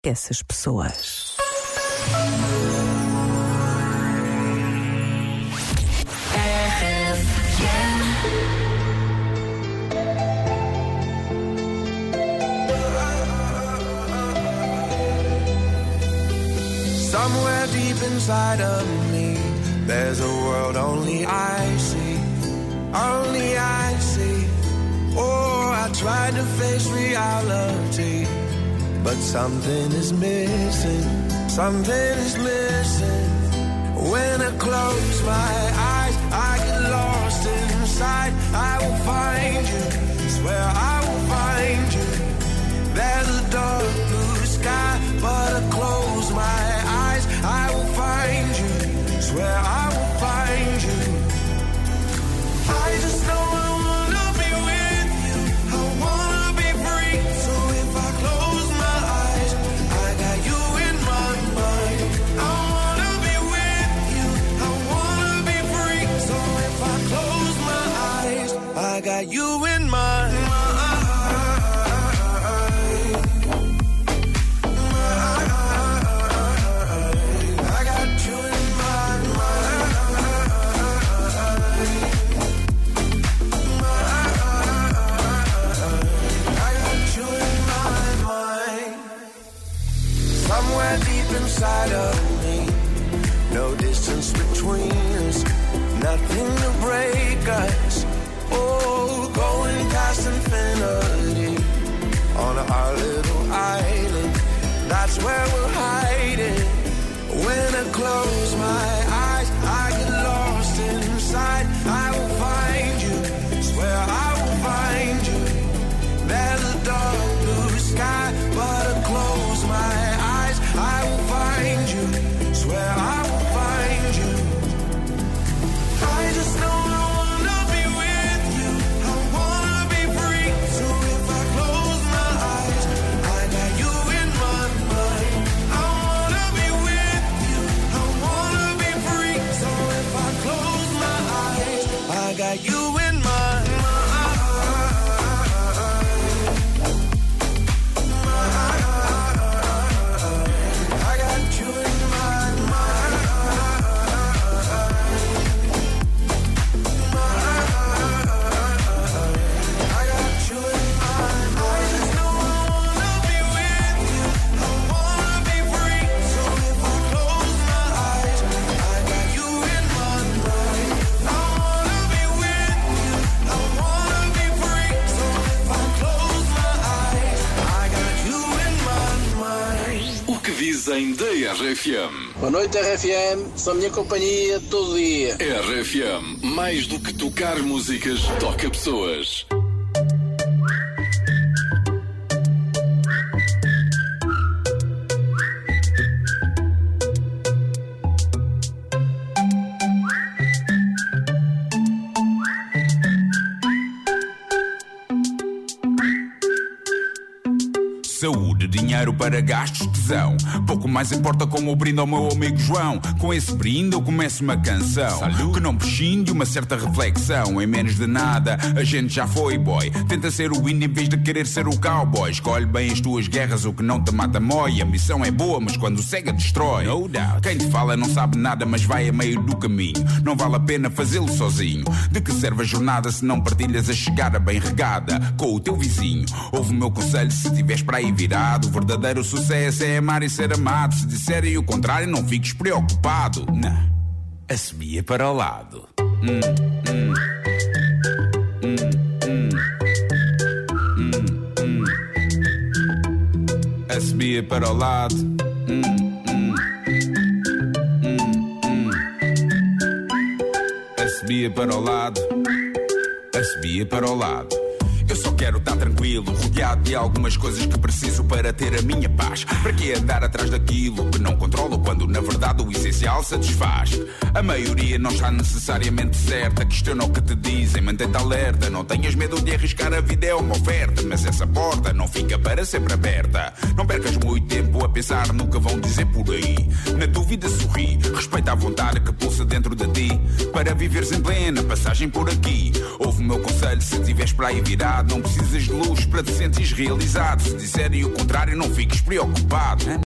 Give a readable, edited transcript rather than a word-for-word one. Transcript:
essas pessoas. Somewhere deep inside of me, there's a world only I see, only I see. Oh, I tried to face reality, but something is missing, something is missing. When I close my eyes, I get lost inside. I will find you, swear I will find you. There's a dark blue sky, but I close my eyes, I will find you, swear I will find you. I just know I wanna be with you, I wanna be free. So if I close my eyes, I got you in my mind. I wanna be with you, I wanna be free. So if I close my eyes, I got you in my mind. Somewhere deep inside of me, no distance between us, nothing to break us. Oh, going past infinity on our little island, that's where we're hiding. When I close my eyes, I get lost inside. I will find you, swear I will find you. There's a dark blue sky, but I close my eyes, I will find you, swear I will find you. I just know I wanna be with you, I wanna be free. So if I close my eyes, I got you in my mind. I wanna be with you, I wanna be free. So if I close my eyes, I got you in my mind. Dizem da RFM. Boa noite, RFM. São a minha companhia todo dia. RFM, mais do que tocar músicas, toca pessoas. Saúde, dinheiro para gastos, tesão. Pouco mais importa como o brinde ao meu amigo João. Com esse brinde eu começo uma canção. Salud. Que não prescinde uma certa reflexão. Em menos de nada a gente já foi boy. Tenta ser o índio em vez de querer ser o cowboy. Escolhe bem as tuas guerras, o que não te mata mói. A missão é boa, mas quando cega destrói. No doubt. Quem te fala não sabe nada, mas vai a meio do caminho. Não vale a pena fazê-lo sozinho. De que serve a jornada se não partilhas a chegada bem regada com o teu vizinho? Ouve o meu conselho se tiveres para aí virado. O verdadeiro sucesso é amar e ser amado. Se disserem o contrário, não fiques preocupado. Não, assobia para o lado. Assobia para o lado. Assobia para o lado. Assobia para o lado. Eu só quero estar tranquilo, rodeado de algumas coisas que preciso para ter a minha paz. Para que andar atrás daquilo que não controlo quando na verdade o essencial satisfaz? A maioria não está necessariamente certa. Questiona o que te dizem, mantém-te alerta. Não tenhas medo de arriscar, a vida é uma oferta. Mas essa porta não fica para sempre aberta. Não percas muito tempo a pensar pensar no que vão dizer por aí. Na dúvida sorri, respeita a vontade que pulsa dentro de ti, para viveres em plena passagem por aqui. Ouve o meu conselho, se estiveres para aí virado, não precisas de luz para te sentires realizado. Se disserem o contrário, não fiques preocupado.